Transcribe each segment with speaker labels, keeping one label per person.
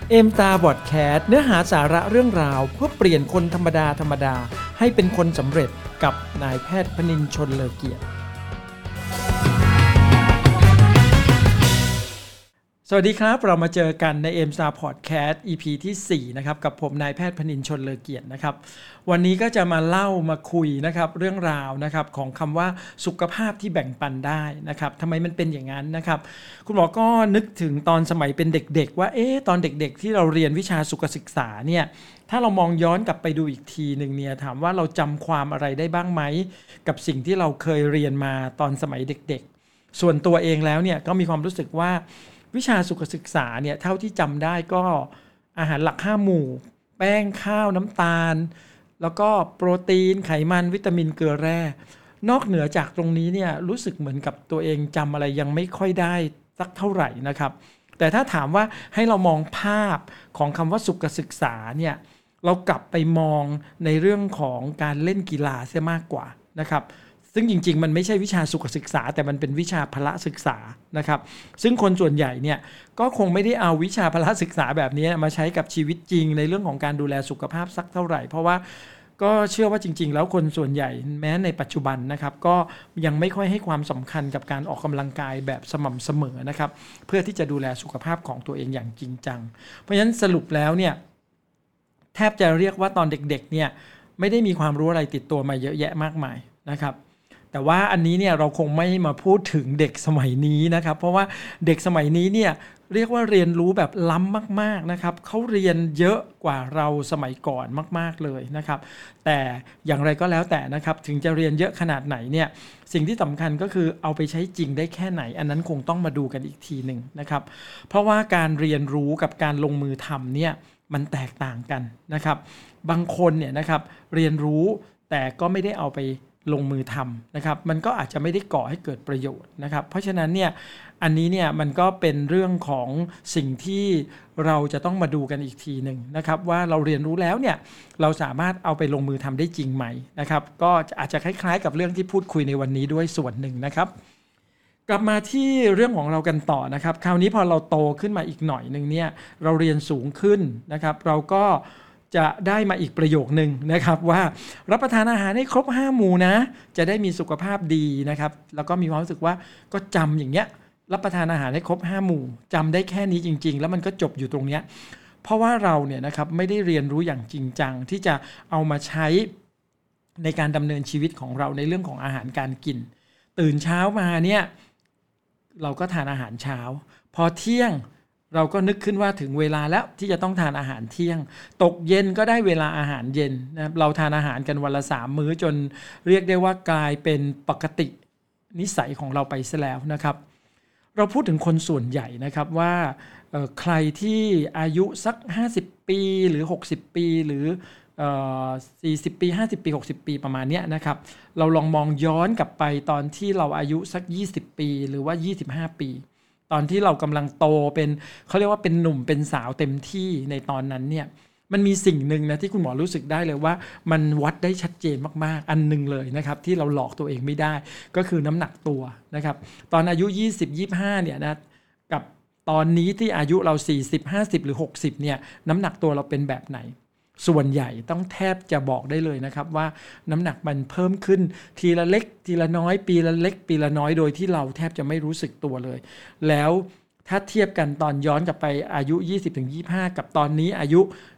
Speaker 1: เอมตาบอดแคสต์เนื้อหาสาระเรื่องราวเพื่อเปลี่ยนคนธรรมดาให้เป็นคนสำเร็จกับนายแพทย์พนินทร์ชลเลอเกียรติสวัสดีครับเรามาเจอกันใน เอมตาพอดแคสต์ EP ที่4นะครับกับผมนายแพทย์พนินทร์ชลเลอเกียรตินะครับวันนี้ก็จะมาเล่ามาคุยนะครับเรื่องราวนะครับของคำว่าสุขภาพที่แบ่งปันได้นะครับทำไมมันเป็นอย่างนั้นนะครับคุณหมอก็นึกถึงตอนสมัยเป็นเด็กๆว่าตอนเด็กๆที่เราเรียนวิชาสุขศึกษาเนี่ยถ้าเรามองย้อนกลับไปดูอีกทีนึงเนี่ยถามว่าเราจำความอะไรได้บ้างไหมกับสิ่งที่เราเคยเรียนมาตอนสมัยเด็กๆส่วนตัวเองแล้วเนี่ยก็มีความรู้สึกว่าวิชาสุขศึกษาเนี่ยเท่าที่จำได้ก็อาหารหลัก5หมู่แป้งข้าวน้ำตาลแล้วก็โปรตีนไขมันวิตามินเกลือแร่นอกเหนือจากตรงนี้เนี่ยรู้สึกเหมือนกับตัวเองจำอะไรยังไม่ค่อยได้สักเท่าไหร่นะครับแต่ถ้าถามว่าให้เรามองภาพของคำว่าสุขศึกษาเนี่ยเรากลับไปมองในเรื่องของการเล่นกีฬาเสียมากกว่านะครับซึ่งจริงๆมันไม่ใช่วิชาสุขศึกษาแต่มันเป็นวิชาพละศึกษานะครับซึ่งคนส่วนใหญ่เนี่ยก็คงไม่ได้เอาวิชาพละศึกษาแบบนี้มาใช้กับชีวิตจริงในเรื่องของการดูแลสุขภาพสักเท่าไหร่เพราะว่าก็เชื่อว่าจริงๆแล้วคนส่วนใหญ่แม้ในปัจจุบันนะครับก็ยังไม่ค่อยให้ความสำคัญกับการออกกำลังกายแบบสม่ำเสมอนะครับเพื่อที่จะดูแลสุขภาพของตัวเองอย่างจริงจังเพราะฉะนั้นสรุปแล้วเนี่ยแทบจะเรียกว่าตอนเด็กๆเนี่ยไม่ได้มีความรู้อะไรติดตัวมาเยอะแยะมากมายนะครับแต่ว่าอันนี้เนี่ยเราคงไม่มาพูดถึงเด็กสมัยนี้นะครับเพราะว่าเด็กสมัยนี้เนี่ยเรียกว่าเรียนรู้แบบล้ำมากๆนะครับเขาเรียนเยอะกว่าเราสมัยก่อนมากๆเลยนะครับแต่อย่างไรก็แล้วแต่นะครับถึงจะเรียนเยอะขนาดไหนเนี่ยสิ่งที่สำคัญก็คือเอาไปใช้จริงได้แค่ไหนอันนั้นคงต้องมาดูกันอีกทีหนึ่งนะครับเพราะว่าการเรียนรู้กับการลงมือทำเนี่ยมันแตกต่างกันนะครับบางคนเนี่ยนะครับเรียนรู้แต่ก็ไม่ได้เอาไปลงมือทำนะครับมันก็อาจจะไม่ได้ก่อให้เกิดประโยชน์นะครับเพราะฉะนั้นเนี่ยอันนี้เนี่ยมันก็เป็นเรื่องของสิ่งที่เราจะต้องมาดูกันอีกทีหนึ่งนะครับว่าเราเรียนรู้แล้วเนี่ยเราสามารถเอาไปลงมือทำได้จริงไหมนะครับก็อาจจะคล้ายๆกับเรื่องที่พูดคุยในวันนี้ด้วยส่วนหนึ่งนะครับกลับมาที่เรื่องของเรากันต่อนะครับคราวนี้พอเราโตขึ้นมาอีกหน่อยนึงเนี่ยเราเรียนสูงขึ้นนะครับเราก็จะได้มาอีกประโยคนึงนะครับว่ารับประทานอาหารให้ครบ5หมู่นะจะได้มีสุขภาพดีนะครับแล้วก็มีความรู้สึกว่าก็จำอย่างเงี้ยรับประทานอาหารให้ครบ5หมู่จำได้แค่นี้จริงๆแล้วมันก็จบอยู่ตรงเนี้ยเพราะว่าเราเนี่ยนะครับไม่ได้เรียนรู้อย่างจริงจังที่จะเอามาใช้ในการดำเนินชีวิตของเราในเรื่องของอาหารการกินตื่นเช้ามาเนี่ยเราก็ทานอาหารเช้าพอเที่ยงเราก็นึกขึ้นว่าถึงเวลาแล้วที่จะต้องทานอาหารเที่ยงตกเย็นก็ได้เวลาอาหารเย็นนะครับเราทานอาหารกันวันละ3มื้อจนเรียกได้ว่ากลายเป็นปกตินิสัยของเราไปซะแล้วนะครับเราพูดถึงคนส่วนใหญ่นะครับว่าใครที่อายุสัก50ปีหรือ60ปีหรือ40ปี50ปี60ปีประมาณนี้นะครับเราลองมองย้อนกลับไปตอนที่เราอายุสัก20ปีหรือว่า25ปีตอนที่เรากำลังโตเป็นเขาเรียกว่าเป็นหนุ่มเป็นสาวเต็มที่ในตอนนั้นเนี่ยมันมีสิ่งหนึ่งนะที่คุณหมอรู้สึกได้เลยว่ามันวัดได้ชัดเจนมากๆอันนึงเลยนะครับที่เราหลอกตัวเองไม่ได้ก็คือน้ำหนักตัวนะครับตอนอายุ20-25เนี่ยนะกับตอนนี้ที่อายุเรา40-50หรือ60เนี่ยน้ำหนักตัวเราเป็นแบบไหนส่วนใหญ่ต้องแทบจะบอกได้เลยนะครับว่าน้ำหนักมันเพิ่มขึ้นทีละเล็กทีละน้อยปีละเล็กปีละน้อยโดยที่เราแทบจะไม่รู้สึกตัวเลยแล้วถ้าเทียบกันตอนย้อนกลับไปอายุ 20-25 กับตอนนี้อายุ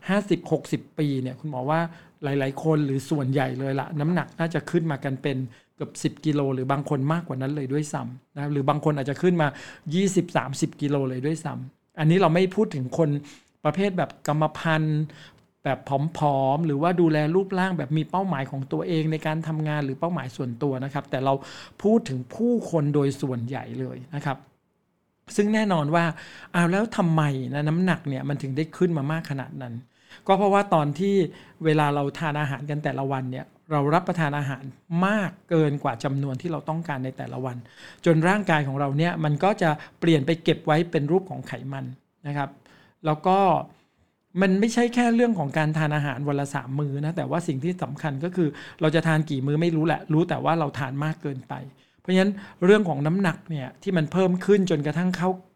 Speaker 1: 50-60 ปีเนี่ยคุณหมอว่าหลายๆคนหรือส่วนใหญ่เลยละน้ำหนักน่าจะขึ้นมากันเป็นเกือบ10กิโลหรือบางคนมากกว่านั้นเลยด้วยซ้ำนะหรือบางคนอาจจะขึ้นมา 20-30 กิโลเลยด้วยซ้ำอันนี้เราไม่พูดถึงคนประเภทแบบกรรมพันธุ์แบบผอมๆหรือว่าดูแลรูปร่างแบบมีเป้าหมายของตัวเองในการทำงานหรือเป้าหมายส่วนตัวนะครับแต่เราพูดถึงผู้คนโดยส่วนใหญ่เลยนะครับซึ่งแน่นอนว่าแล้วทำไมนะน้ำหนักเนี่ยมันถึงได้ขึ้นมามากขนาดนั้นก็เพราะว่าตอนที่เวลาเราทานอาหารกันแต่ละวันเนี่ยเรารับประทานอาหารมากเกินกว่าจำนวนที่เราต้องการในแต่ละวันจนร่างกายของเราเนี่ยมันก็จะเปลี่ยนไปเก็บไว้เป็นรูปของไขมันนะครับแล้วก็มันไม่ใช่แค่เรื่องของการทานอาหารวันละ3มื้อนะแต่ว่าสิ่งที่สำคัญก็คือเราจะทานกี่มื้อไม่รู้แหละรู้แต่ว่าเราทานมากเกินไปเพราะฉะนั้นเรื่องของน้ำหนักเนี่ยที่มันเพิ่มขึ้นจนกระทั่งเข้า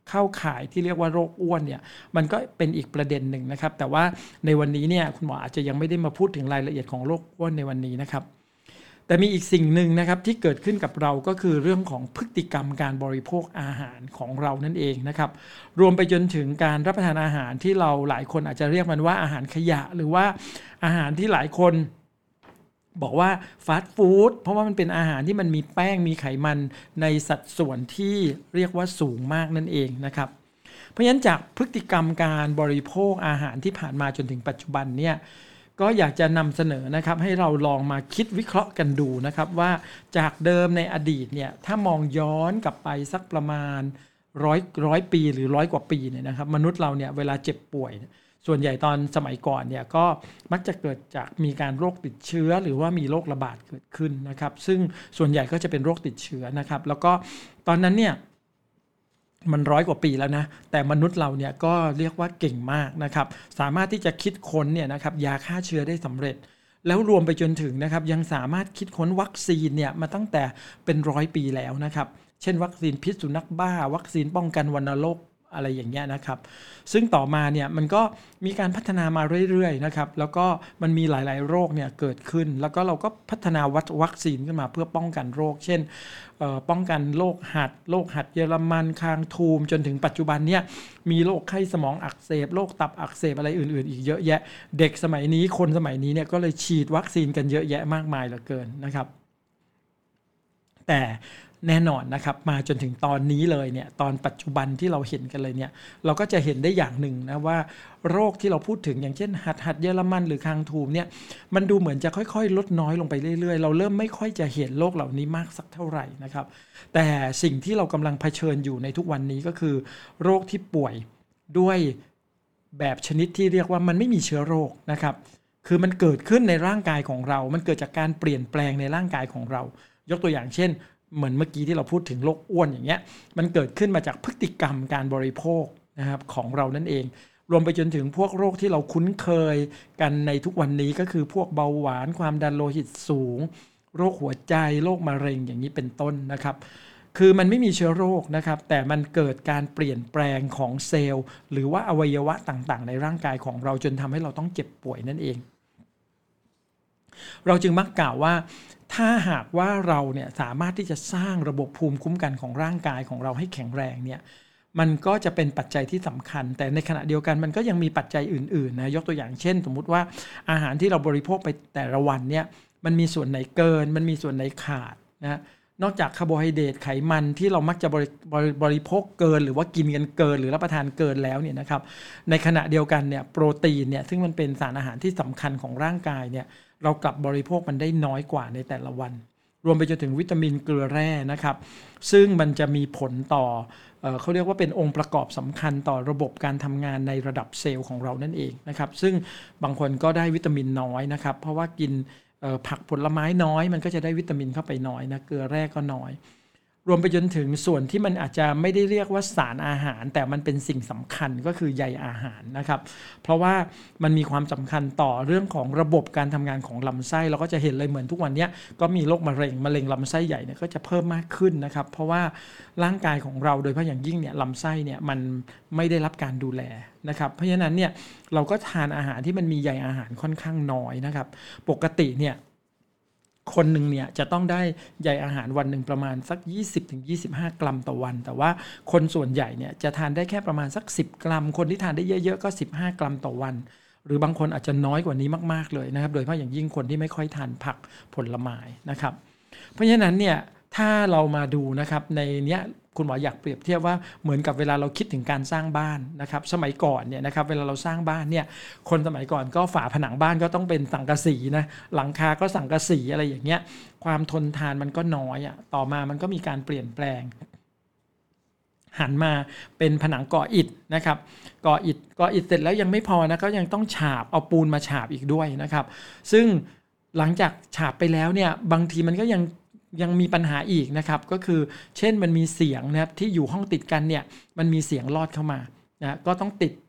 Speaker 1: เข้าข่ายที่เรียกว่าโรคอ้วนเนี่ยมันก็เป็นอีกประเด็นหนึ่งนะครับแต่ว่าในวันนี้เนี่ยคุณหมออาจจะยังไม่ได้มาพูดถึงรายละเอียดของโรคอ้วนในวันนี้นะครับแต่มีอีกสิ่งหนึ่งนะครับที่เกิดขึ้นกับเราก็คือเรื่องของพฤติกรรมการบริโภคอาหารของเรานั่นเองนะครับรวมไปจนถึงการรับประทานอาหารที่เราหลายคนอาจจะเรียกมันว่าอาหารขยะหรือว่าอาหารที่หลายคนบอกว่าฟาสต์ฟู้ดเพราะว่ามันเป็นอาหารที่มันมีแป้งมีไขมันในสัดส่วนที่เรียกว่าสูงมากนั่นเองนะครับเพราะฉะนั้นจากพฤติกรรมการบริโภคอาหารที่ผ่านมาจนถึงปัจจุบันเนี่ยก็อยากจะนำเสนอนะครับให้เราลองมาคิดวิเคราะห์กันดูนะครับว่าจากเดิมในอดีตเนี่ยถ้ามองย้อนกลับไปสักประมาณร้อยปีหรือ100 กว่าปีเนี่ยนะครับมนุษย์เราเนี่ยเวลาเจ็บป่วยส่วนใหญ่ตอนสมัยก่อนเนี่ยก็มักจะเกิดจากมีการโรคติดเชื้อหรือว่ามีโรคระบาดเกิดขึ้นนะครับซึ่งส่วนใหญ่ก็จะเป็นโรคติดเชื้อนะครับแล้วก็ตอนนั้นเนี่ยมัน100 กว่าปีแล้วนะแต่มนุษย์เราเนี่ยก็เรียกว่าเก่งมากนะครับสามารถที่จะคิดค้นเนี่ยนะครับยาฆ่าเชื้อได้สำเร็จแล้วรวมไปจนถึงนะครับยังสามารถคิดค้นวัคซีนเนี่ยมาตั้งแต่เป็น100 ปีแล้วนะครับเช่นวัคซีนพิษสุนัขบ้าวัคซีนป้องกันวัณโรคอะไรอย่างเงี้ยนะครับซึ่งต่อมาเนี่ยมันก็มีการพัฒนามาเรื่อยๆนะครับแล้วก็มันมีหลายๆโรคเนี่ยเกิดขึ้นแล้วก็เราก็พัฒนาวัคซีนขึ้นมาเพื่อป้องกันโรคเช่นป้องกันโรคหัดเยอรมันคางทูมจนถึงปัจจุบันเนี่ยมีโรคไข้สมองอักเสบโรคตับอักเสบอะไรอื่นๆอีกเยอะแยะเด็กสมัยนี้คนสมัยนี้เนี่ยก็เลยฉีดวัคซีนกันเยอะแยะมากมายเหลือเกินนะครับแต่แน่นอนนะครับมาจนถึงตอนนี้เลยเนี่ยตอนปัจจุบันที่เราเห็นกันเลยเนี่ยเราก็จะเห็นได้อย่างหนึ่งนะว่าโรคที่เราพูดถึงอย่างเช่นหัดเยอรมันหรือคางทูมเนี่ยมันดูเหมือนจะค่อยๆลดน้อยลงไปเรื่อยๆเราเริ่มไม่ค่อยจะเห็นโรคเหล่านี้มากสักเท่าไหร่นะครับแต่สิ่งที่เรากำลังเผชิญอยู่ในทุกวันนี้ก็คือโรคที่ป่วยด้วยแบบชนิดที่เรียกว่ามันไม่มีเชื้อโรคนะครับคือมันเกิดขึ้นในร่างกายของเรามันเกิดจากการเปลี่ยนแปลงในร่างกายของเรายกตัวอย่างเช่นเหมือนเมื่อกี้ที่เราพูดถึงโรคอ้วนอย่างเงี้ยมันเกิดขึ้นมาจากพฤติกรรมการบริโภคนะครับของเรานั่นเองรวมไปจนถึงพวกโรคที่เราคุ้นเคยกันในทุกวันนี้ก็คือพวกเบาหวานความดันโลหิตสูงโรคหัวใจโรคมะเร็งอย่างนี้เป็นต้นนะครับคือมันไม่มีเชื้อโรคนะครับแต่มันเกิดการเปลี่ยนแปลงของเซลล์หรือว่าอวัยวะต่างๆในร่างกายของเราจนทำให้เราต้องเจ็บป่วยนั่นเองเราจึงมักกล่าวว่าถ้าหากว่าเราเนี่ยสามารถที่จะสร้างระบบภูมิคุ้มกันของร่างกายของเราให้แข็งแรงเนี่ยมันก็จะเป็นปัจจัยที่สำคัญแต่ในขณะเดียวกันมันก็ยังมีปัจจัยอื่นๆนะยกตัวอย่างเช่นสมมุติว่าอาหารที่เราบริโภคไปแต่ละวันเนี่ยมันมีส่วนไหนเกินมันมีส่วนไหนขาดนะนอกจากคาร์โบไฮเดรตไขมันที่เรามักจะบริโภคเกินหรือว่ากินกันเกินหรือรับประทานเกินแล้วเนี่ยนะครับในขณะเดียวกันเนี่ยโปรตีนเนี่ยซึ่งมันเป็นสารอาหารที่สำคัญของร่างกายเนี่ยเรากลับบริโภคมันได้น้อยกว่าในแต่ละวันรวมไปจนถึงวิตามินเกลือแร่นะครับซึ่งมันจะมีผลต่อเขาเรียกว่าเป็นองค์ประกอบสำคัญต่อระบบการทำงานในระดับเซลล์ของเรานั่นเองนะครับซึ่งบางคนก็ได้วิตามินน้อยนะครับเพราะว่ากินผักผลไม้น้อยมันก็จะได้วิตามินเข้าไปน้อยนะเกลือแร่ก็น้อยรวมไปจนถึงส่วนที่มันอาจจะไม่ได้เรียกว่าสารอาหารแต่มันเป็นสิ่งสำคัญก็คือใยอาหารนะครับเพราะว่ามันมีความสำคัญต่อเรื่องของระบบการทำงานของลำไส้เราก็จะเห็นเลยเหมือนทุกวันนี้ก็มีโรคมะเร็งลำไส้ใหญ่เนี่ยก็จะเพิ่มมากขึ้นนะครับเพราะว่าร่างกายของเราโดยเฉพาะอย่างยิ่งเนี่ยลำไส้เนี่ยมันไม่ได้รับการดูแลนะครับเพราะฉะนั้นเนี่ยเราก็ทานอาหารที่มันมีใยอาหารค่อนข้างน้อยนะครับปกติเนี่ยคนหนึ่งเนี่ยจะต้องได้ใยอาหารวันหนึ่งประมาณสัก 20-25 กรัมต่อวันแต่ว่าคนส่วนใหญ่เนี่ยจะทานได้แค่ประมาณสัก10 กรัมคนที่ทานได้เยอะๆก็15 กรัมต่อวันหรือบางคนอาจจะน้อยกว่านี้มากๆเลยนะครับโดยเฉพาะอย่างยิ่งคนที่ไม่ค่อยทานผักผลไม้นะครับเพราะฉะนั้นเนี่ยถ้าเรามาดูนะครับในเนี้ยคุณหมออยากเปรียบเทียบว่าเหมือนกับเวลาเราคิดถึงการสร้างบ้านนะครับสมัยก่อนเนี่ยนะครับเวลาเราสร้างบ้านเนี่ยคนสมัยก่อนก็ฝาผนังบ้านก็ต้องเป็นสังกะสีนะหลังคาก็สังกะสีอะไรอย่างเงี้ยความทนทานมันก็น้อยต่อมามันก็มีการเปลี่ยนแปลงหันมาเป็นผนังก่ออิฐนะครับก่ออิฐเสร็จแล้วยังไม่พอนะก็ยังต้องฉาบเอาปูนมาฉาบอีกด้วยนะครับซึ่งหลังจากฉาบไปแล้วเนี่ยบางทีมันก็ยังมีปัญหาอีกนะครับก็คือเช่นมันมีเสียงนะครับที่อยู่ห้องติดกันเนี่ยมันมีเสียงลอดเข้ามานะก็ต้องติด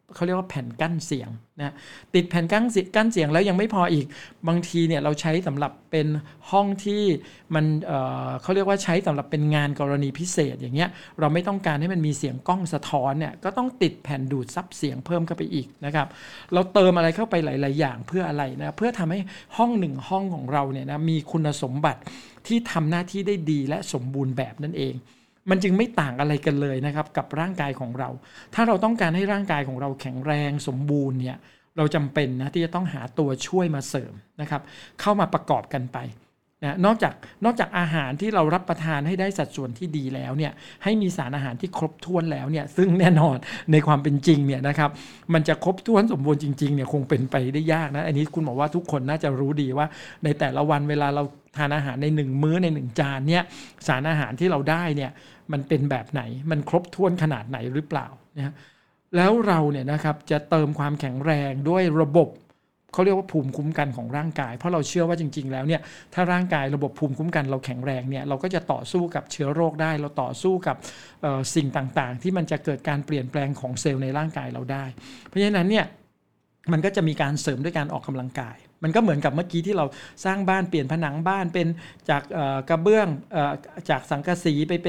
Speaker 1: เขาเรียกว่าแผ่นกั้นเสียงนะติดแผ่นกั้นเสียงแล้วยังไม่พออีกบางทีเนี่ยเราใช้สำหรับเป็นห้องที่มันเขาเรียกว่าใช้สำหรับเป็นงานกรณีพิเศษอย่างเงี้ยเราไม่ต้องการให้มันมีเสียงกล้องสะท้อนเนี่ยก็ต้องติดแผ่นดูดซับเสียงเพิ่มเข้าไปอีกนะครับเราเติมอะไรเข้าไปหลายๆอย่างเพื่ออะไรนะเพื่อทำให้ห้อง1ห้องของเราเนี่ยนะมีคุณสมบัติที่ทำหน้าที่ได้ดีและสมบูรณ์แบบนั่นเองมันจึงไม่ต่างอะไรกันเลยนะครับกับร่างกายของเราถ้าเราต้องการให้ร่างกายของเราแข็งแรงสมบูรณ์เนี่ยเราจำเป็นนะที่จะต้องหาตัวช่วยมาเสริมนะครับเข้ามาประกอบกันไปนะนอกจากอาหารที่เรารับประทานให้ได้สัดส่วนที่ดีแล้วเนี่ยให้มีสารอาหารที่ครบถ้วนแล้วเนี่ยซึ่งแน่นอนในความเป็นจริงเนี่ยนะครับมันจะครบถ้วนสมบูรณ์จริงๆเนี่ยคงเป็นไปได้ยากนะอันนี้คุณบอกว่าทุกคนน่าจะรู้ดีว่าในแต่ละวันเวลาเราทานอาหารใน1มื้อใน1จานเนี่ยสารอาหารที่เราได้เนี่ยมันเป็นแบบไหนมันครบถ้วนขนาดไหนหรือเปล่านะแล้วเราเนี่ยนะครับจะเติมความแข็งแรงด้วยระบบเขาเรียกว่าภูมิคุ้มกันของร่างกายเพราะเราเชื่อว่าจริงๆแล้วเนี่ยถ้าร่างกายระบบภูมิคุ้มกันเราแข็งแรงเนี่ยเราก็จะต่อสู้กับเชื้อโรคได้เราต่อสู้กับสิ่งต่างๆที่มันจะเกิดการเปลี่ยนแปลงของเซลล์ในร่างกายเราได้เพราะฉะนั้นเนี่ยมันก็จะมีการเสริมด้วยการออกกำลังกายมันก็เหมือนกับเมื่อกี้ที่เราสร้างบ้านเปลี่ยนผนังบ้านเป็นจากกระเบื้องจากสังกะสีไป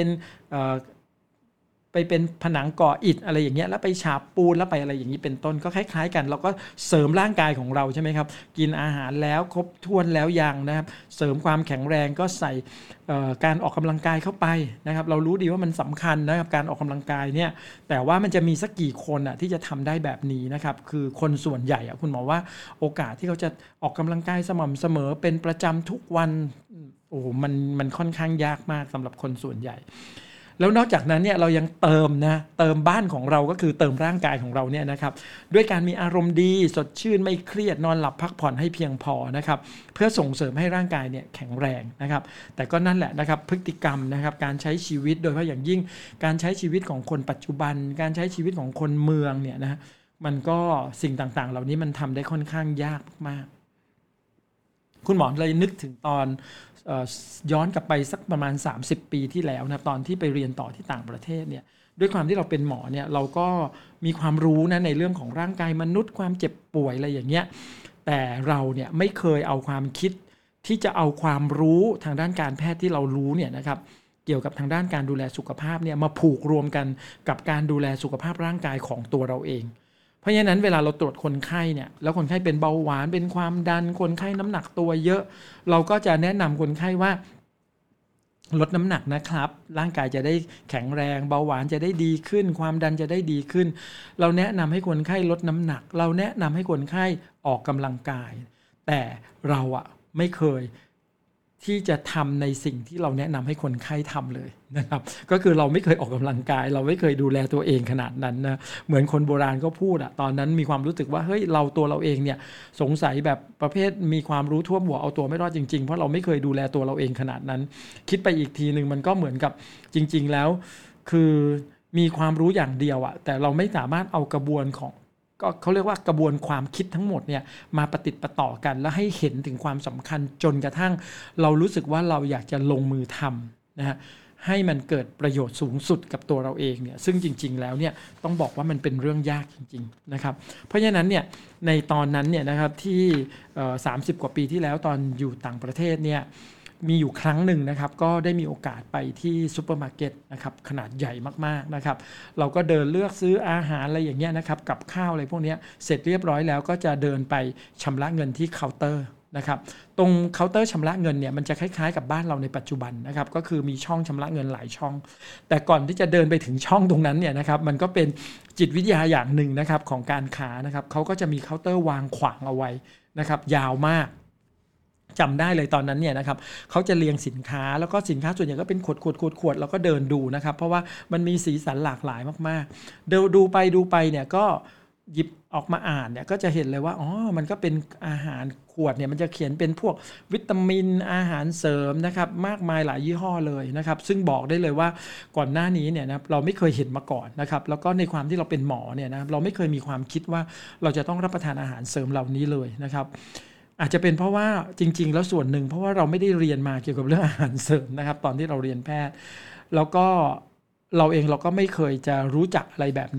Speaker 1: เป็นผนังก่ออิฐอะไรอย่างเงี้ยแล้วไปฉาบปูนแล้วไปอะไรอย่างนี้เป็นต้นก็คล้ายๆกันเราก็เสริมร่างกายของเราใช่ไหมครับกินอาหารแล้วครบถ้วนแล้วยังนะครับเสริมความแข็งแรงก็ใส่การออกกำลังกายเข้าไปนะครับเรารู้ดีว่ามันสำคัญนะครับการออกกำลังกายเนี่ยแต่ว่ามันจะมีสักกี่คนที่จะทำได้แบบนี้นะครับคือคนส่วนใหญ่คุณหมอว่าโอกาสที่เขาจะออกกำลังกายสม่ำเสมอเป็นประจำทุกวันโอ้มันค่อนข้างยากมากสำหรับคนส่วนใหญ่แล้วนอกจากนั้นเนี่ยเรายังเติมบ้านของเราก็คือเติมร่างกายของเราเนี่ยนะครับด้วยการมีอารมณ์ดีสดชื่นไม่เครียดนอนหลับพักผ่อนให้เพียงพอนะครับเพื่อส่งเสริมให้ร่างกายเนี่ยแข็งแรงนะครับแต่ก็นั่นแหละนะครับพฤติกรรมนะครับการใช้ชีวิตโดยเฉพาะอย่างยิ่งการใช้ชีวิตของคนปัจจุบันการใช้ชีวิตของคนเมืองเนี่ยนะมันก็สิ่งต่างๆเหล่านี้มันทำได้ค่อนข้างยากมากคุณหมอเลยนึกถึงตอนย้อนกลับไปสักประมาณ30ปีที่แล้วนะตอนที่ไปเรียนต่อที่ต่างประเทศเนี่ยด้วยความที่เราเป็นหมอเนี่ยเราก็มีความรู้นะในเรื่องของร่างกายมนุษย์ความเจ็บป่วยอะไรอย่างเงี้ยแต่เราเนี่ยไม่เคยเอาความคิดที่จะเอาความรู้ทางด้านการแพทย์ที่เรารู้เนี่ยนะครับเกี่ยวกับทางด้านการดูแลสุขภาพเนี่ยมาผูกรวมกันกับการดูแลสุขภาพร่างกายของตัวเราเองเพราะฉะนั้นเวลาเราตรวจคนไข้เนี่ยแล้วคนไข้เป็นเบาหวานเป็นความดันคนไข้น้ำหนักตัวเยอะเราก็จะแนะนำคนไข้ว่าลดน้ำหนักนะครับร่างกายจะได้แข็งแรงเบาหวานจะได้ดีขึ้นความดันจะได้ดีขึ้นเราแนะนำให้คนไข้ลดน้ำหนักเราแนะนำให้คนไข้ออกกำลังกายแต่เราไม่เคยที่จะทำในสิ่งที่เราแนะนำให้คนไข้ทำเลยนะครับก็คือเราไม่เคยออกกำลังกายเราไม่เคยดูแลตัวเองขนาดนั้นนะเหมือนคนโบราณก็พูดตอนนั้นมีความรู้สึกว่าเฮ้ยตัวเราเองเนี่ยสงสัยแบบประเภทมีความรู้ท่วมหัวเอาตัวไม่รอดจริงๆเพราะเราไม่เคยดูแลตัวเราเองขนาดนั้นคิดไปอีกทีนึงมันก็เหมือนกับจริงๆแล้วคือมีความรู้อย่างเดียวแต่เราไม่สามารถเอากระบวนของก็เขาเรียกว่ากระบวนความคิดทั้งหมดเนี่ยมาประติดประต่อกันแล้วให้เห็นถึงความสำคัญจนกระทั่งเรารู้สึกว่าเราอยากจะลงมือทำนะฮะให้มันเกิดประโยชน์สูงสุดกับตัวเราเองเนี่ยซึ่งจริงๆแล้วเนี่ยต้องบอกว่ามันเป็นเรื่องยากจริงๆนะครับเพราะฉะนั้นเนี่ยในตอนนั้นเนี่ยนะครับที่30 กว่าปีที่แล้วตอนอยู่ต่างประเทศเนี่ยมีอยู่ครั้งหนึ่งนะครับก็ได้มีโอกาสไปที่ซูเปอร์มาร์เก็ตนะครับขนาดใหญ่มากๆนะครับเราก็เดินเลือกซื้ออาหารอะไรอย่างเงี้ยนะครับกับข้าวอะไรพวกนี้เสร็จเรียบร้อยแล้วก็จะเดินไปชำระเงินที่เคาน์เตอร์นะครับตรงเคาน์เตอร์ชำระเงินเนี่ยมันจะคล้ายๆกับบ้านเราในปัจจุบันนะครับก็คือมีช่องชำระเงินหลายช่องแต่ก่อนที่จะเดินไปถึงช่องตรงนั้นเนี่ยนะครับมันก็เป็นจิตวิทยาอย่างหนึ่งนะครับของการค้านะครับเขาก็จะมีเคาน์เตอร์วางขวางเอาไว้นะครับยาวมากจำได้เลยตอนนั้นเนี่ยนะครับเขาจะเรียงสินค้าแล้วก็สินค้าส่วนใหญ่ก็เป็นขวดแล้วก็เดินดูนะครับเพราะว่ามันมีสีสันหลากหลายมากๆดูไปเนี่ยก็หยิบออกมาอ่านเนี่ยก็จะเห็นเลยว่ามันก็เป็นอาหารขวดเนี่ยมันจะเขียนเป็นพวกวิตามินอาหารเสริมนะครับมากมายหลายยี่ห้อเลยนะครับซึ่งบอกได้เลยว่าก่อนหน้านี้เนี่ยนะเราไม่เคยเห็นมาก่อนนะครับแล้วก็ในความที่เราเป็นหมอเนี่ยนะเราไม่เคยมีความคิดว่าเราจะต้องรับประทานอาหารเสริมเหล่านี้เลยนะครับอาจจะเป็นเพราะว่าจริงๆแล้วส่วนหนึ่งเพราะว่าเราไม่ได้เรียนมาเกี่ยวกับเรื่องอาหารเสริมนะครับตอนที่เราเรียนแพทย์แล้วก็เราเองเราก็ไม่เคยจะรู้จักอะไรแบบนี้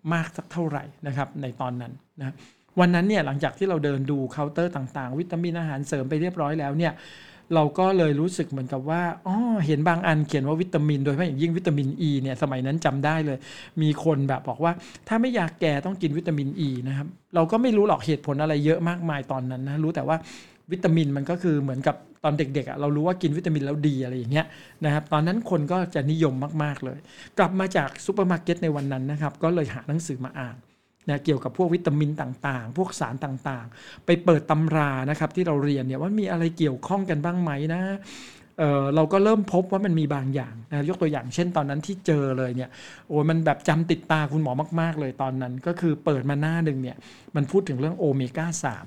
Speaker 1: มากสักเท่าไหร่นะครับในตอนนั้นนะวันนั้นเนี่ยหลังจากที่เราเดินดูเคาน์เตอร์ต่างๆวิตามินอาหารเสริมไปเรียบร้อยแล้วเนี่ยเราก็เลยรู้สึกเหมือนกับว่าเห็นบางอันเขียนว่าวิตามินโดยเฉพาะอย่างยิ่งวิตามินอีเนี่ยสมัยนั้นจำได้เลยมีคนแบบบอกว่าถ้าไม่อยากแก่ต้องกินวิตามินอีนะครับเราก็ไม่รู้หรอกเหตุผลอะไรเยอะมากมายตอนนั้นนะรู้แต่ว่าวิตามินมันก็คือเหมือนกับตอนเด็กๆเรารู้ว่ากินวิตามินแล้วดีอะไรอย่างเงี้ยนะครับตอนนั้นคนก็จะนิยมมากๆเลยกลับมาจากซูเปอร์มาร์เก็ตในวันนั้นนะครับก็เลยหาหนังสือมาอ่านนะเกี่ยวกับพวกวิตามินต่างๆพวกสารต่างๆไปเปิดตำรานะครับที่เราเรียนเนี่ยว่ามีอะไรเกี่ยวข้องกันบ้างไหมนะเราก็เริ่มพบว่ามันมีบางอย่างนะยกตัวอย่างเช่นตอนนั้นที่เจอเลยเนี่ยมันแบบจำติดตาคุณหมอมากๆเลยตอนนั้นก็คือเปิดมาหน้านึงเนี่ยมันพูดถึงเรื่องโอเมก้า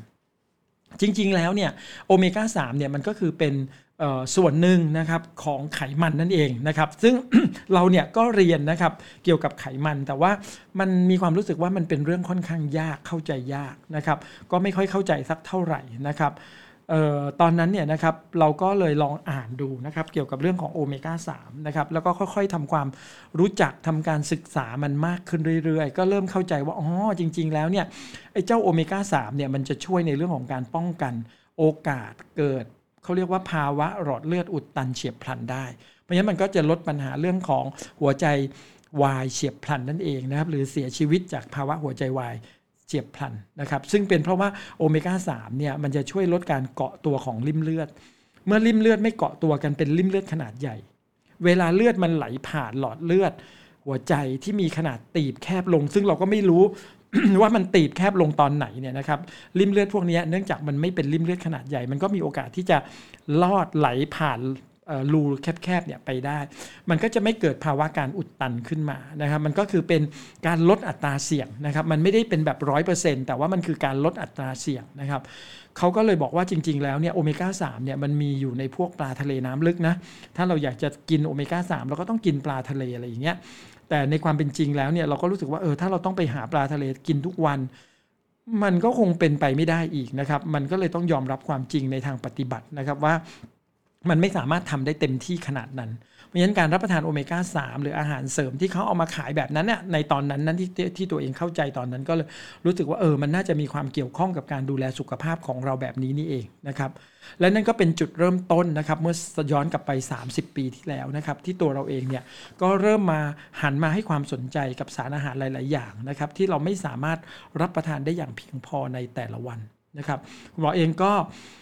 Speaker 1: 3จริงๆแล้วเนี่ยโอเมก้า3เนี่ยมันก็คือเป็นส่วนหนึ่งนะครับของไขมันนั่นเองนะครับซึ่ง เราเนี่ยก็เรียนนะครับเกี่ยวกับไขมันแต่ว่ามันมีความรู้สึกว่ามันเป็นเรื่องค่อนข้างยากเข้าใจยากนะครับก็ไม่ค่อยเข้าใจสักเท่าไหร่นะครับตอนนั้นเนี่ยนะครับเราก็เลยลองอ่านดูนะครับเกี่ยวกับเรื่องของโอเมก้า3นะครับแล้วก็ค่อยๆทำความรู้จักทำการศึกษามันมากขึ้นเรื่อยๆก็เริ่มเข้าใจว่าจริงๆแล้วเนี่ยไอ้เจ้าโอเมก้า3เนี่ยมันจะช่วยในเรื่องของการป้องกันโอกาสเกิดเขาเรียกว่าภาวะหลอดเลือดอุดตันเฉียบพลันได้เพราะฉะนั้นมันก็จะลดปัญหาเรื่องของหัวใจวายเฉียบพลันนั่นเองนะครับหรือเสียชีวิตจากภาวะหัวใจวายเฉียบพลันนะครับซึ่งเป็นเพราะว่าโอเมก้า3เนี่ยมันจะช่วยลดการเกาะตัวของริ่มเลือดเมื่อริ่มเลือดไม่เกาะตัวกันเป็นริ่มเลือดขนาดใหญ่เวลาเลือดมันไหลผ่านหลอดเลือดหัวใจที่มีขนาดตีบแคบลงซึ่งเราก็ไม่รู้ ว่ามันตีบแคบลงตอนไหนเนี่ยนะครับริ่มเลือดพวกนี้เนื่องจากมันไม่เป็นริ่มเลือดขนาดใหญ่มันก็มีโอกาสที่จะลอดไหลผ่านรูแคบๆเนี่ยไปได้มันก็จะไม่เกิดภาวะการอุดตันขึ้นมานะครับมันก็คือเป็นการลดอัตราเสี่ยงนะครับมันไม่ได้เป็นแบบ 100% แต่ว่ามันคือการลดอัตราเสี่ยงนะครับเขาก็เลยบอกว่าจริงๆแล้วเนี่ยโอเมก้า3เนี่ยมันมีอยู่ในพวกปลาทะเลน้ำลึกนะถ้าเราอยากจะกินโอเมก้า3เราก็ต้องกินปลาทะเลอะไรอย่างเงี้ยแต่ในความเป็นจริงแล้วเนี่ยเราก็รู้สึกว่าถ้าเราต้องไปหาปลาทะเลกินทุกวันมันก็คงเป็นไปไม่ได้อีกนะครับมันก็เลยต้องยอมรับความจริงในทางปฏิบัตินะครับว่ามันไม่สามารถทำได้เต็มที่ขนาดนั้นเพราะฉะนั้นการรับประทานโอเมก้า3หรืออาหารเสริมที่เขาเอามาขายแบบนั้นเนี่ยในตอนนั้นที่ตัวเองเข้าใจตอนนั้นก็เลยรู้สึกว่ามันน่าจะมีความเกี่ยวข้องกับการดูแลสุขภาพของเราแบบนี้นี่เองนะครับและนั่นก็เป็นจุดเริ่มต้นนะครับเมื่อย้อนกลับไป30ปีที่แล้วนะครับที่ตัวเราเองเนี่ยก็เริ่มมาหันมาให้ความสนใจกับสารอาหารหลายๆอย่างนะครับที่เราไม่สามารถรับประทานได้อย่างเพียงพอในแต่ละวันนะครับคุณหมอเองก็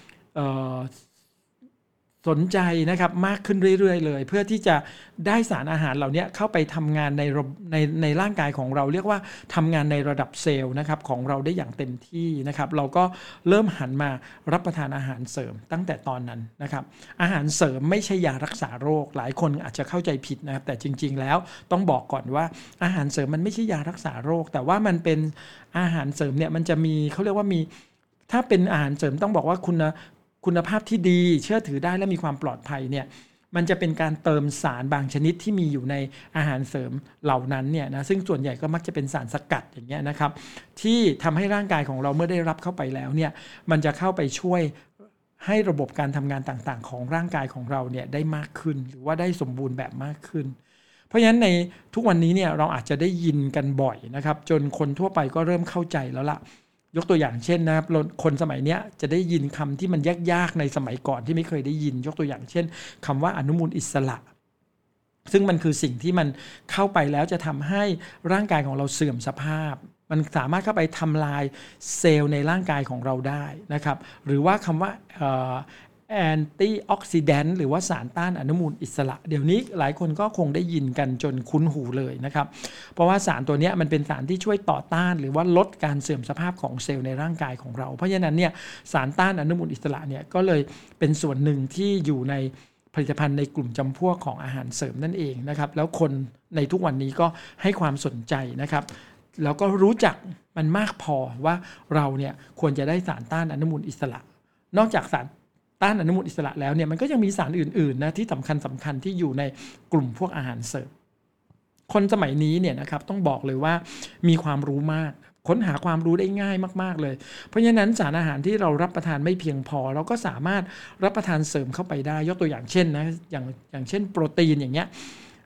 Speaker 1: สนใจนะครับมากขึ้นเรื่อยๆเลยเพื่อที่จะได้สารอาหารเหล่านี้เข้าไปทำงานในร่างกายของเราเรียกว่าทำงานในระดับเซลล์นะครับของเราได้อย่างเต็มที่นะครับเราก็เริ่มหันมารับประทานอาหารเสริมตั้งแต่ตอนนั้นนะครับอาหารเสริมไม่ใช่ยารักษาโรคหลายคนอาจจะเข้าใจผิดนะครับแต่จริงๆแล้วต้องบอกก่อนว่าอาหารเสริมมันไม่ใช่ยารักษาโรคแต่ว่ามันเป็นอาหารเสริมเนี่ยมันจะมีเขาเรียกว่ามีถ้าเป็นอาหารเสริมต้องบอกว่าคุณภาพที่ดีเชื่อถือได้และมีความปลอดภัยเนี่ยมันจะเป็นการเติมสารบางชนิดที่มีอยู่ในอาหารเสริมเหล่านั้นเนี่ยนะซึ่งส่วนใหญ่ก็มักจะเป็นสารสกัดอย่างเงี้ยนะครับที่ทำให้ร่างกายของเราเมื่อได้รับเข้าไปแล้วเนี่ยมันจะเข้าไปช่วยให้ระบบการทำงานต่างๆของร่างกายของเราเนี่ยได้มากขึ้นหรือว่าได้สมบูรณ์แบบมากขึ้นเพราะฉะนั้นในทุกวันนี้เนี่ยเราอาจจะได้ยินกันบ่อยนะครับจนคนทั่วไปก็เริ่มเข้าใจแล้วล่ะยกตัวอย่างเช่นนะครับคนสมัยนี้จะได้ยินคำที่มันยากๆในสมัยก่อนที่ไม่เคยได้ยินยกตัวอย่างเช่นคำว่าอนุมูลอิสระซึ่งมันคือสิ่งที่มันเข้าไปแล้วจะทำให้ร่างกายของเราเสื่อมสภาพมันสามารถเข้าไปทำลายเซลล์ในร่างกายของเราได้นะครับหรือว่าคำว่าแอนตี้ออกซิแดนต์หรือว่าสารต้านอนุมูลอิสระเดี๋ยวนี้หลายคนก็คงได้ยินกันจนคุ้นหูเลยนะครับเพราะว่าสารตัวนี้มันเป็นสารที่ช่วยต่อต้านหรือว่าลดการเสื่อมสภาพของเซลล์ในร่างกายของเราเพราะฉะนั้นเนี่ยสารต้านอนุมูลอิสระเนี่ยก็เลยเป็นส่วนหนึ่งที่อยู่ในผลิตภัณฑ์ในกลุ่มจำพวกของอาหารเสริมนั่นเองนะครับแล้วคนในทุกวันนี้ก็ให้ความสนใจนะครับแล้วก็รู้จักมันมากพอว่าเราเนี่ยควรจะได้สารต้านอนุมูลอิสระนอกจากสารต้านอนุมูลอิสระแล้วเนี่ยมันก็ยังมีสารอื่นๆนะที่สำคัญที่อยู่ในกลุ่มพวกอาหารเสริมคนสมัยนี้เนี่ยนะครับต้องบอกเลยว่ามีความรู้มากค้นหาความรู้ได้ง่ายมากๆเลยเพราะฉะนั้นสารอาหารที่เรารับประทานไม่เพียงพอเราก็สามารถรับประทานเสริมเข้าไปได้ยกตัวอย่างเช่นนะอย่างเช่นโปรตีนอย่างเงี้ย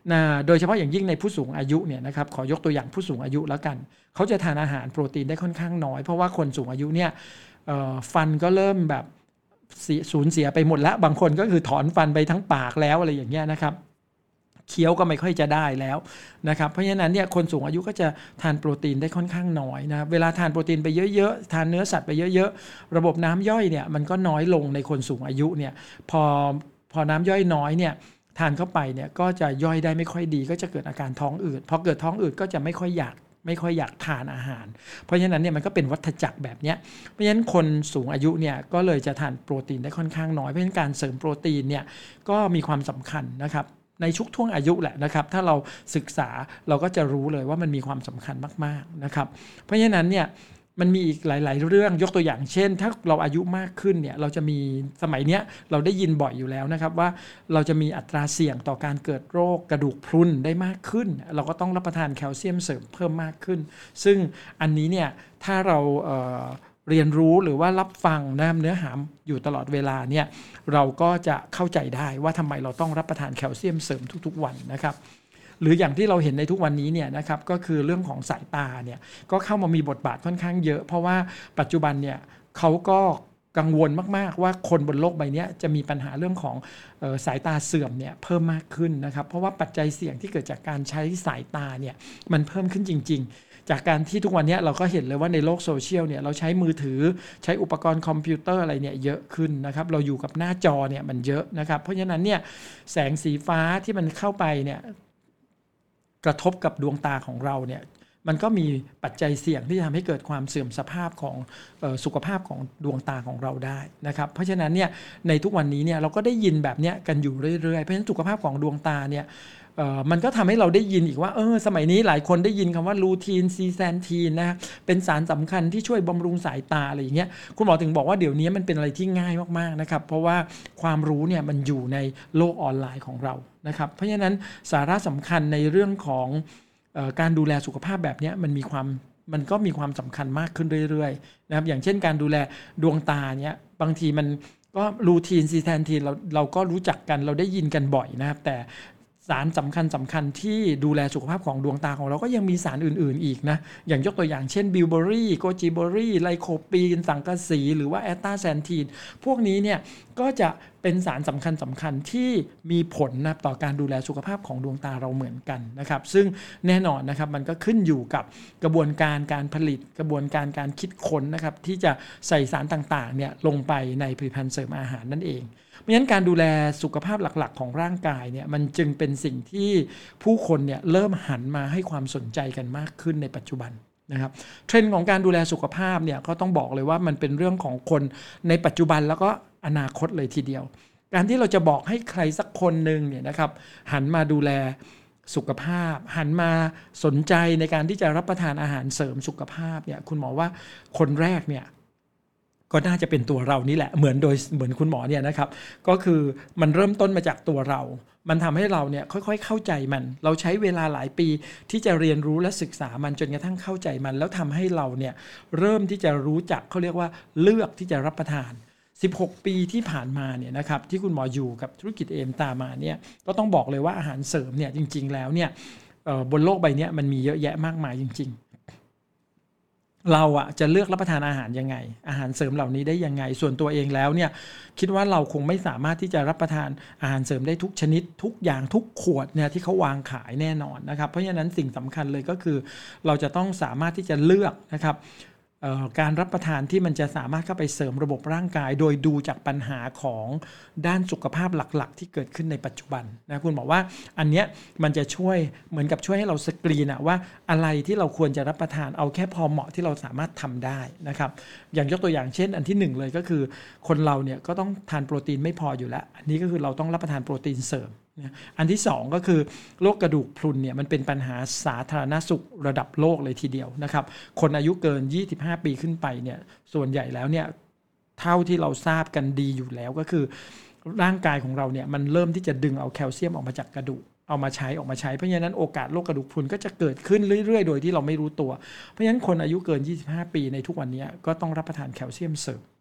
Speaker 1: โดยเฉพาะอย่างยิ่งในผู้สูงอายุเนี่ยนะครับขอยกตัวอย่างผู้สูงอายุแล้วกันเขาจะทานอาหารโปรตีนได้ค่อนข้างน้อยเพราะว่าคนสูงอายุเนี่ยฟันก็เริ่มแบบสูญเสียไปหมดแล้วบางคนก็คือถอนฟันไปทั้งปากแล้วอะไรอย่างเงี้ยนะครับเคี้ยวก็ไม่ค่อยจะได้แล้วนะครับเพราะฉะนั้นเนี่ยคนสูงอายุก็จะทานโปรตีนได้ค่อนข้างน้อยนะเวลาทานโปรตีนไปเยอะๆทานเนื้อสัตว์ไปเยอะๆระบบน้ำย่อยเนี่ยมันก็น้อยลงในคนสูงอายุเนี่ยพอน้ำย่อยน้อยเนี่ยทานเข้าไปเนี่ยก็จะย่อยได้ไม่ค่อยดีก็จะเกิดอาการท้องอืดพอเกิดท้องอืดก็จะไม่ค่อยอยากทานอาหารเพราะฉะนั้นเนี่ยมันก็เป็นวัฏจักรแบบนี้เพราะฉะนั้นคนสูงอายุเนี่ยก็เลยจะทานโปรตีนได้ค่อนข้างน้อยเพราะฉะนั้นการเสริมโปรตีนเนี่ยก็มีความสำคัญนะครับในชุกท่วงอายุแหละนะครับถ้าเราศึกษาเราก็จะรู้เลยว่ามันมีความสำคัญมากๆนะครับเพราะฉะนั้นเนี่ยมันมีอีกหลายๆเรื่องยกตัวอย่างเช่นถ้าเราอายุมากขึ้นเนี่ยเราจะมีสมัยเนี้ยเราได้ยินบ่อยอยู่แล้วนะครับว่าเราจะมีอัตราเสี่ยงต่อการเกิดโรคกระดูกพรุนได้มากขึ้นเราก็ต้องรับประทานแคลเซียมเสริมเพิ่มมากขึ้นซึ่งอันนี้เนี่ยถ้าเราเรียนรู้หรือว่ารับฟังเนื้อหาอยู่ตลอดเวลาเนี่ยเราก็จะเข้าใจได้ว่าทำไมเราต้องรับประทานแคลเซียมเสริมทุกๆวันนะครับหรืออย่างที่เราเห็นในทุกวันนี้เนี่ยนะครับก็คือเรื่องของสายตาเนี่ยก็เข้ามามีบทบาทค่อนข้างเยอะเพราะว่าปัจจุบันเนี่ยเขาก็กังวลมากๆว่าคนบนโลกใบนี้จะมีปัญหาเรื่องของสายตาเสื่อมเนี่ยเพิ่มมากขึ้นนะครับเพราะว่าปัจจัยเสี่ยงที่เกิดจากการใช้สายตาเนี่ยมันเพิ่มขึ้นจริงๆจากการที่ทุกวันนี้เราก็เห็นเลยว่าในโลกโซเชียลเนี่ยเราใช้มือถือใช้อุปกรณ์คอมพิวเตอร์อะไรเนี่ยเยอะขึ้นนะครับเราอยู่กับหน้าจอเนี่ยมันเยอะนะครับเพราะฉะนั้นเนี่ยแสงสีฟ้าที่มันเข้าไปเนี่ยกระทบกับดวงตาของเราเนี่ยมันก็มีปัจจัยเสี่ยงที่จะทำให้เกิดความเสื่อมสภาพของสุขภาพของดวงตาของเราได้นะครับเพราะฉะนั้นเนี่ยในทุกวันนี้เนี่ยเราก็ได้ยินแบบนี้กันอยู่เรื่อยๆเพราะฉะนั้นสุขภาพของดวงตาเนี่ยมันก็ทำให้เราได้ยินอีกว่าสมัยนี้หลายคนได้ยินคำว่าลูทีนซีแซนทีนนะเป็นสารสำคัญที่ช่วยบำรุงสายตาอะไรอย่างเงี้ยคุณหมอถึงบอกว่าเดี๋ยวนี้มันเป็นอะไรที่ง่ายมากๆนะครับเพราะว่าความรู้เนี่ยมันอยู่ในโลกออนไลน์ของเรานะครับเพราะฉะนั้นสาระสำคัญในเรื่องของการดูแลสุขภาพแบบนี้มันก็มีความสำคัญมากขึ้นเรื่อยๆนะครับอย่างเช่นการดูแลดวงตาเนี่ยบางทีมันก็ลูทีนซีแซนทีนเราก็รู้จักกันเราได้ยินกันบ่อยนะครับแต่สารสำคัญที่ดูแลสุขภาพของดวงตาของเราก็ยังมีสารอื่นๆอีกนะอย่างยกตัวอย่างเช่นบิลเบอรี่โกจิเบอรี่ไลโคปีนสังกะสีหรือว่าแอสตาแซนทีนพวกนี้เนี่ยก็จะเป็นสารสำคัญที่มีผลนะต่อการดูแลสุขภาพของดวงตาเราเหมือนกันนะครับซึ่งแน่นอนนะครับมันก็ขึ้นอยู่กับกระบวนการการผลิตกระบวนการการคิดค้นนะครับที่จะใส่สารต่างๆเนี่ยลงไปในผลิตภัณฑ์เสริมอาหารนั่นเองเพราะฉะนั้นการดูแลสุขภาพหลักๆของร่างกายเนี่ยมันจึงเป็นสิ่งที่ผู้คนเนี่ยเริ่มหันมาให้ความสนใจกันมากขึ้นในปัจจุบันนะครับเทรนด์ของการดูแลสุขภาพเนี่ยก็ต้องบอกเลยว่ามันเป็นเรื่องของคนในปัจจุบันแล้วก็อนาคตเลยทีเดียวการที่เราจะบอกให้ใครสักคนหนึ่งเนี่ยนะครับหันมาดูแลสุขภาพหันมาสนใจในการที่จะรับประทานอาหารเสริมสุขภาพเนี่ยคุณหมอว่าคนแรกเนี่ยก็น่าจะเป็นตัวเรานี่แหละเหมือนคุณหมอเนี่ยนะครับก็คือมันเริ่มต้นมาจากตัวเรามันทำให้เราเนี่ยค่อยๆเข้าใจมันเราใช้เวลาหลายปีที่จะเรียนรู้และศึกษามันจนกระทั่งเข้าใจมันแล้วทำให้เราเนี่ยเริ่มที่จะรู้จักเขาเรียกว่าเลือกที่จะรับประทาน16 ปีที่ผ่านมาเนี่ยนะครับที่คุณหมออยู่กับธุรกิจเอมตามาเนี่ยก็ต้องบอกเลยว่าอาหารเสริมเนี่ยจริงๆแล้วเนี่ยบนโลกใบนี้มันมีเยอะแยะมากมายจริงๆเราจะเลือกรับประทานอาหารยังไงอาหารเสริมเหล่านี้ได้ยังไงส่วนตัวเองแล้วเนี่ยคิดว่าเราคงไม่สามารถที่จะรับประทานอาหารเสริมได้ทุกชนิดทุกอย่างทุกขวดเนี่ยที่เขาวางขายแน่นอนนะครับเพราะฉะนั้นสิ่งสำคัญเลยก็คือเราจะต้องสามารถที่จะเลือกนะครับการรับประทานที่มันจะสามารถเข้าไปเสริมระบบร่างกายโดยดูจากปัญหาของด้านสุขภาพหลักๆที่เกิดขึ้นในปัจจุบันนะคุณบอกว่าอันเนี้ยมันจะช่วยเหมือนกับช่วยให้เราสกรีนว่าอะไรที่เราควรจะรับประทานเอาแค่พอเหมาะที่เราสามารถทำได้นะครับอย่างยกตัวอย่างเช่นอันที่1เลยก็คือคนเราเนี่ยก็ต้องทานโปรตีนไม่พออยู่แล้วอันนี้ก็คือเราต้องรับประทานโปรตีนเสริมอันที่2ก็คือโรคกระดูกพรุนเนี่ยมันเป็นปัญหาสาธารณสุขระดับโลกเลยทีเดียวนะครับคนอายุเกิน25 ปีขึ้นไปเนี่ยส่วนใหญ่แล้วเนี่ยเท่าที่เราทราบกันดีอยู่แล้วก็คือร่างกายของเราเนี่ยมันเริ่มที่จะดึงเอาแคลเซียมออกมาจากกระดูกเอามาใช้เพราะฉะนั้นโอกาสโรคกระดูกพรุนก็จะเกิดขึ้นเรื่อยๆโดยที่เราไม่รู้ตัวเพราะฉะนั้นคนอายุเกิน25 ปีในทุกวันนี้ก็ต้องรับประทานแคลเซียมเสริม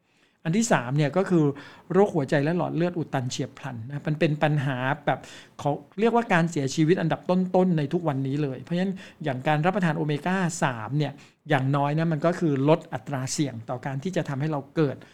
Speaker 1: อันที่3เนี่ยก็คือโรคหัวใจและหลอดเลือดอุดตันเฉียบพลันนะมันเป็นปัญหาแบบเขาเรียกว่าการเสียชีวิตอันดับต้นๆในทุกวันนี้เลยเพราะฉะนั้นอย่างการรับประทานโอเมก้า3เนี่ยอย่างน้อยนะมันก็คือลดอัตราเสี่ยงต่อการที่จะทำให้เราเกิด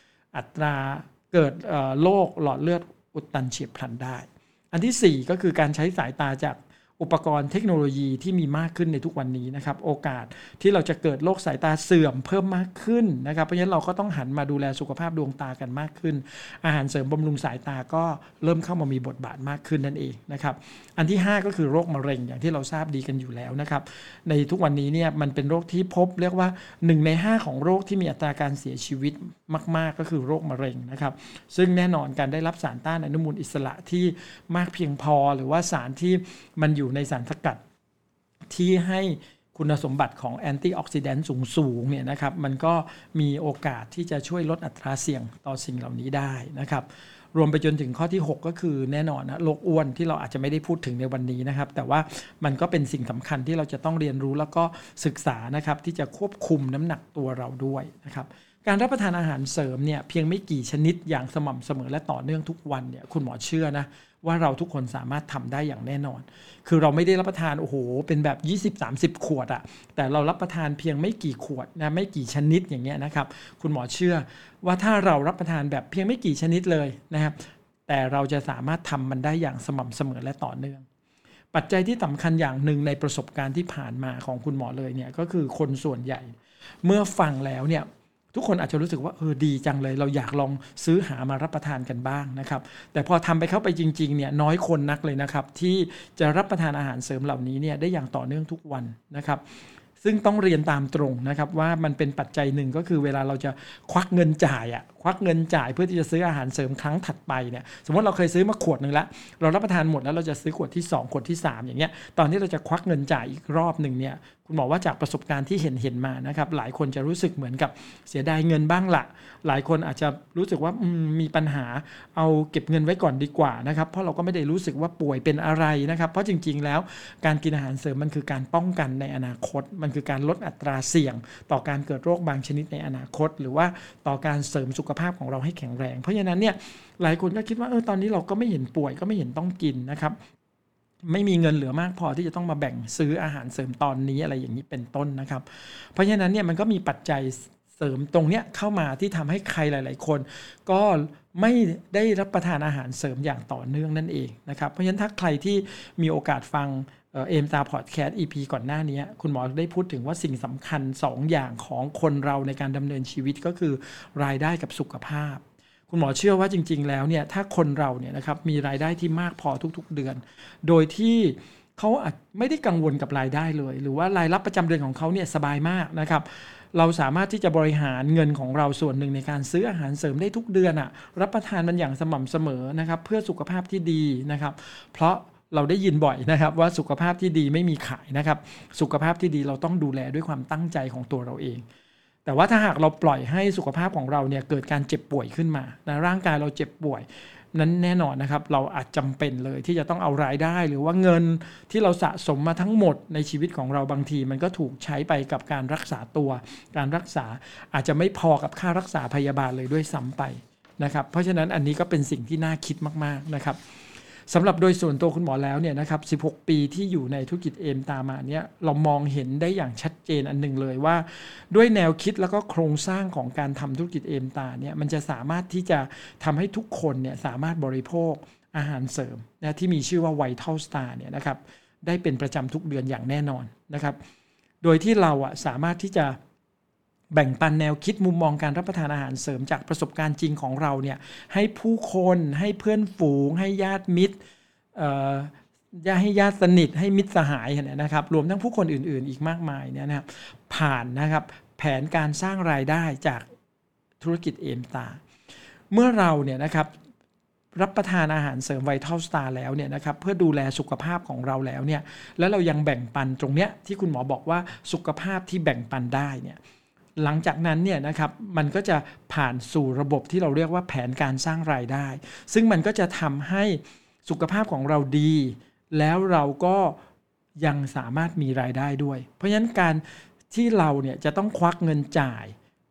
Speaker 1: โรคหลอดเลือดอุดตันเฉียบพลันได้อันที่4ก็คือการใช้สายตาจากอุปกรณ์เทคโนโลยีที่มีมากขึ้นในทุกวันนี้นะครับโอกาสที่เราจะเกิดโรคสายตาเสื่อมเพิ่มมากขึ้นนะครับเพราะฉะนั้นเราก็ต้องหันมาดูแลสุขภาพดวงตากันมากขึ้นอาหารเสริมบำรุงสายตาก็เริ่มเข้ามามีบทบาทมากขึ้นนั่นเองนะครับอันที่5ก็คือโรคมะเร็งอย่างที่เราทราบดีกันอยู่แล้วนะครับในทุกวันนี้เนี่ยมันเป็นโรคที่พบเรียกว่า1ใน5ของโรคที่มีอัตราการเสียชีวิตมากๆก็คือโรคมะเร็งนะครับซึ่งแน่นอนการได้รับสารต้านอนุมูลอิสระที่มากเพียงพอหรือว่าสารที่มันอยู่ในสารสกัดที่ให้คุณสมบัติของแอนตี้ออกซิแดนต์สูงเนี่ยนะครับมันก็มีโอกาสที่จะช่วยลดอัตราเสี่ยงต่อสิ่งเหล่านี้ได้นะครับรวมไปจนถึงข้อที่6ก็คือแน่นอนนะโรคอ้วนที่เราอาจจะไม่ได้พูดถึงในวันนี้นะครับแต่ว่ามันก็เป็นสิ่งสำคัญที่เราจะต้องเรียนรู้แล้วก็ศึกษานะครับที่จะควบคุมน้ำหนักตัวเราด้วยนะครับการรับประทานอาหารเสริมเนี่ยเพียงไม่กี่ชนิดอย่างสม่ำเสมอและต่อเนื่องทุกวันเนี่ยคุณหมอเชื่อนะว่าเราทุกคนสามารถทำได้อย่างแน่นอนคือเราไม่ได้รับประทานโอ้โหเป็นแบบ 20-30 ขวดอะแต่เรารับประทานเพียงไม่กี่ขวดนะไม่กี่ชนิดอย่างเงี้ยนะครับคุณหมอเชื่อว่าถ้าเรารับประทานแบบเพียงไม่กี่ชนิดเลยนะครับแต่เราจะสามารถทำมันได้อย่างสม่ำเสมอและต่อเนื่องปัจจัยที่สำคัญอย่างหนึ่งในประสบการณ์ที่ผ่านมาของคุณหมอเลยเนี่ยก็คือคนส่วนใหญ่เมื่อฟังแล้วเนี่ยทุกคนอาจจะรู้สึกว่าดีจังเลยเราอยากลองซื้อหามารับประทานกันบ้างนะครับแต่พอทำไปเข้าไปจริงๆเนี่ยน้อยคนนักเลยนะครับที่จะรับประทานอาหารเสริมเหล่านี้เนี่ยได้อย่างต่อเนื่องทุกวันนะครับซึ่งต้องเรียนตามตรงนะครับว่ามันเป็นปัจจัยหนึ่งก็คือเวลาเราจะควักเงินจ่ายเพื่อที่จะซื้ออาหารเสริมครั้งถัดไปเนี่ยสมมติเราเคยซื้อมาขวดนึงแล้วเรารับประทานหมดแล้วเราจะซื้อขวดที่2ขวดที่3อย่างเงี้ยตอนที่เราจะควักเงินจ่ายอีกรอบนึงเนี่ยคุณหมอว่าจากประสบการณ์ที่เห็นมานะครับหลายคนจะรู้สึกเหมือนกับเสียดายเงินบ้างละหลายคนอาจจะรู้สึกว่ามีปัญหาเอาเก็บเงินไว้ก่อนดีกว่านะครับเพราะเราก็ไม่ได้รู้สึกว่าป่วยเป็นอะไรนะครับเพราะจริงๆแล้วการกินอาหารเสริมมันคือการป้องกันในอนาคตมันคือการลดอัตราเสี่ยงต่อการเกิดโรคบางชนิดในอนาคตหรือว่าต่อการเสริมสุขภาพของเราให้แข็งแรงเพราะฉะนั้นเนี่ยหลายคนก็คิดว่าตอนนี้เราก็ไม่เห็นป่วยก็ไม่เห็นต้องกินนะครับไม่มีเงินเหลือมากพอที่จะต้องมาแบ่งซื้ออาหารเสริมตอนนี้อะไรอย่างนี้เป็นต้นนะครับเพราะฉะนั้นเนี่ยมันก็มีปัจจัยเสริมตรงเนี้ยเข้ามาที่ทำให้ใครหลายๆคนก็ไม่ได้รับประทานอาหารเสริมอย่างต่อเนื่องนั่นเองนะครับเพราะฉะนั้นถ้าใครที่มีโอกาสฟังเอมตาพอดแคสต์ EP ก่อนหน้านี้คุณหมอได้พูดถึงว่าสิ่งสำคัญ2อย่างของคนเราในการดำเนินชีวิตก็คือรายได้กับสุขภาพคุณหมอเชื่อว่าจริงๆแล้วเนี่ยถ้าคนเราเนี่ยนะครับมีรายได้ที่มากพอทุกๆเดือนโดยที่เขาอาจไม่ได้กังวลกับรายได้เลยหรือว่ารายรับประจำเดือนของเขาเนี่ยสบายมากนะครับเราสามารถที่จะบริหารเงินของเราส่วนหนึ่งในการซื้ออาหารเสริมได้ทุกเดือนรับประทานมันอย่างสม่ำเสมอนะครับเพื่อสุขภาพที่ดีนะครับเพราะเราได้ยินบ่อยนะครับว่าสุขภาพที่ดีไม่มีขายนะครับสุขภาพที่ดีเราต้องดูแลด้วยความตั้งใจของตัวเราเองแต่ว่าถ้าหากเราปล่อยให้สุขภาพของเราเนี่ยเกิดการเจ็บป่วยขึ้นมานะร่างกายเราเจ็บป่วยนั้นแน่นอนนะครับเราอาจจำเป็นเลยที่จะต้องเอารายได้หรือว่าเงินที่เราสะสมมาทั้งหมดในชีวิตของเราบางทีมันก็ถูกใช้ไปกับการรักษาตัวการรักษาอาจจะไม่พอกับค่ารักษาพยาบาลเลยด้วยซ้ำไปนะครับเพราะฉะนั้นอันนี้ก็เป็นสิ่งที่น่าคิดมากๆนะครับสำหรับโดยส่วนตัวคุณหมอแล้วเนี่ยนะครับ16ปีที่อยู่ในธุรกิจเอมตามาเนี่ยเรามองเห็นได้อย่างชัดเจนอันหนึ่งเลยว่าด้วยแนวคิดแล้วก็โครงสร้างของการทำธุรกิจเอมตาเนี่ยมันจะสามารถที่จะทำให้ทุกคนเนี่ยสามารถบริโภคอาหารเสริมนะที่มีชื่อว่า Vital Star เนี่ยนะครับได้เป็นประจำทุกเดือนอย่างแน่นอนนะครับโดยที่เราสามารถที่จะแบ่งปันแนวคิดมุมมองการรับประทานอาหารเสริมจากประสบการณ์จริงของเราเนี่ยให้ผู้คนให้เพื่อนฝูงให้ญาติมิตรให้ญาติสนิทให้มิตรสหายเนี่ยนะครับรวมทั้งผู้คนอื่นๆอีกมากมายเนี่ยนะครับผ่านนะครับแผนการสร้างรายได้จากธุรกิจเอมตาเมื่อเราเนี่ยนะครับรับประทานอาหารเสริม Vital Star แล้วเนี่ยนะครับเพื่อดูแลสุขภาพของเราแล้วเนี่ยแล้วเรายังแบ่งปันตรงเนี้ยที่คุณหมอบอกว่าสุขภาพที่แบ่งปันได้เนี่ยหลังจากนั้นเนี่ยนะครับมันก็จะผ่านสู่ระบบที่เราเรียกว่าแผนการสร้างรายได้ซึ่งมันก็จะทำให้สุขภาพของเราดีแล้วเราก็ยังสามารถมีรายได้ด้วยเพราะฉะนั้นการที่เราเนี่ยจะต้องควักเงินจ่าย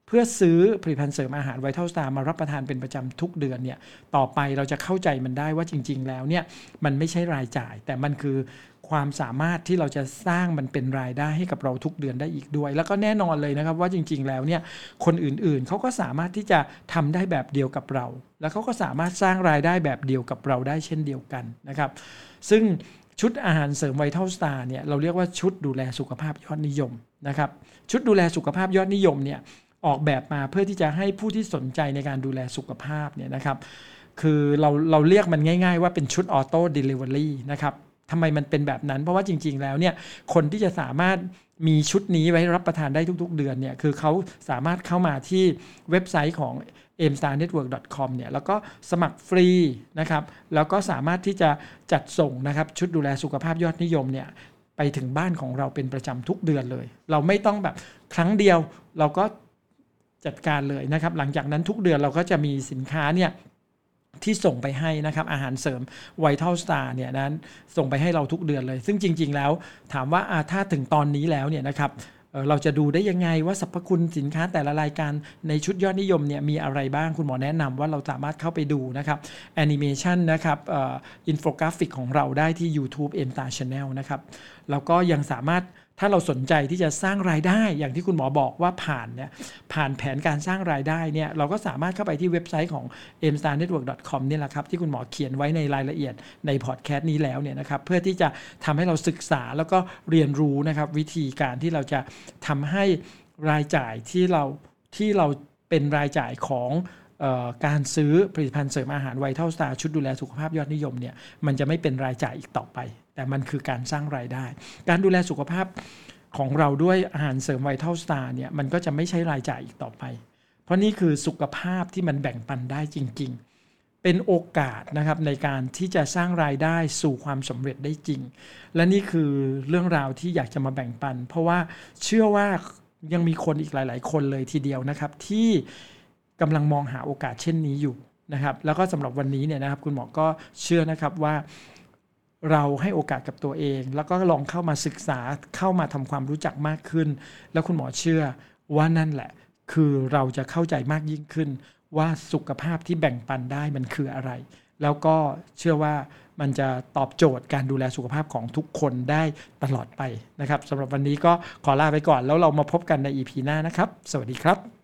Speaker 1: เพื่อซื้อผลิตภัณฑ์เสริมอาหาร Vital Star มารับประทานเป็นประจำทุกเดือนเนี่ยต่อไปเราจะเข้าใจมันได้ว่าจริงๆแล้วเนี่ยมันไม่ใช่รายจ่ายแต่มันคือความสามารถที่เราจะสร้างมันเป็นรายได้ให้กับเราทุกเดือนได้อีกด้วยแล้วก็แน่นอนเลยนะครับว่าจริงๆแล้วเนี่ยคนอื่นๆเขาก็สามารถที่จะทำได้แบบเดียวกับเราแล้วเขาก็สามารถสร้างรายได้แบบเดียวกับเราได้เช่นเดียวกันนะครับซึ่งชุดอาหารเสริม Vital Star เนี่ยเราเรียกว่าชุดดูแลสุขภาพยอดนิยมนะครับชุดดูแลสุขภาพยอดนิยมเนี่ยออกแบบมาเพื่อที่จะให้ผู้ที่สนใจในการดูแลสุขภาพเนี่ยนะครับคือเราเรียกมันง่ายๆว่าเป็นชุดออโต้เดลิเวอรี่นะครับทำไมมันเป็นแบบนั้นเพราะว่าจริงๆแล้วเนี่ยคนที่จะสามารถมีชุดนี้ไว้รับประทานได้ทุกๆเดือนเนี่ยคือเขาสามารถเข้ามาที่เว็บไซต์ของ aimstarnetwork.com เนี่ยแล้วก็สมัครฟรีนะครับแล้วก็สามารถที่จะจัดส่งนะครับชุดดูแลสุขภาพยอดนิยมเนี่ยไปถึงบ้านของเราเป็นประจำทุกเดือนเลยเราไม่ต้องแบบครั้งเดียวเราก็จัดการเลยนะครับหลังจากนั้นทุกเดือนเราก็จะมีสินค้าเนี่ยที่ส่งไปให้นะครับอาหารเสริม Vital Star เนี่ยนั้นส่งไปให้เราทุกเดือนเลยซึ่งจริงๆแล้วถามว่าถ้าถึงตอนนี้แล้วเนี่ยนะครับเราจะดูได้ยังไงว่าสรรพคุณสินค้าแต่ละรายการในชุดยอดนิยมเนี่ยมีอะไรบ้างคุณหมอแนะนำว่าเราสามารถเข้าไปดูนะครับแอนิเมชันนะครับอินโฟกราฟิกของเราได้ที่ YouTube Aimstar Channel นะครับแล้วก็ยังสามารถถ้าเราสนใจที่จะสร้างรายได้อย่างที่คุณหมอบอกว่าผ่านแผนการสร้างรายได้เนี่ยเราก็สามารถเข้าไปที่เว็บไซต์ของ aimstarnetwork.com นี่แหละครับที่คุณหมอเขียนไว้ในรายละเอียดในพอดแคสต์นี้แล้วเนี่ยนะครับเพื่อที่จะทำให้เราศึกษาแล้วก็เรียนรู้นะครับวิธีการที่เราจะทำให้รายจ่ายที่เราเป็นรายจ่ายของการซื้อผลิตภัณฑ์เสริมอาหาร Vital Star ชุดดูแลสุขภาพยอดนิยมเนี่ยมันจะไม่เป็นรายจ่ายอีกต่อไปแต่มันคือการสร้างรายได้การดูแลสุขภาพของเราด้วยอาหารเสริม Vital Star เนี่ยมันก็จะไม่ใช่รายจ่ายอีกต่อไปเพราะนี่คือสุขภาพที่มันแบ่งปันได้จริงๆเป็นโอกาสนะครับในการที่จะสร้างรายได้สู่ความสำเร็จได้จริงและนี่คือเรื่องราวที่อยากจะมาแบ่งปันเพราะว่าเชื่อว่ายังมีคนอีกหลายๆคนเลยทีเดียวนะครับที่กำลังมองหาโอกาสเช่นนี้อยู่นะครับแล้วก็สำหรับวันนี้เนี่ยนะครับคุณหมอก็เชื่อนะครับว่าเราให้โอกาสกับตัวเองแล้วก็ลองเข้ามาศึกษาเข้ามาทำความรู้จักมากขึ้นแล้วคุณหมอเชื่อว่านั่นแหละคือเราจะเข้าใจมากยิ่งขึ้นว่าสุขภาพที่แบ่งปันได้มันคืออะไรแล้วก็เชื่อว่ามันจะตอบโจทย์การดูแลสุขภาพของทุกคนได้ตลอดไปนะครับสำหรับวันนี้ก็ขอลาไปก่อนแล้วเรามาพบกันใน EP หน้านะครับสวัสดีครับ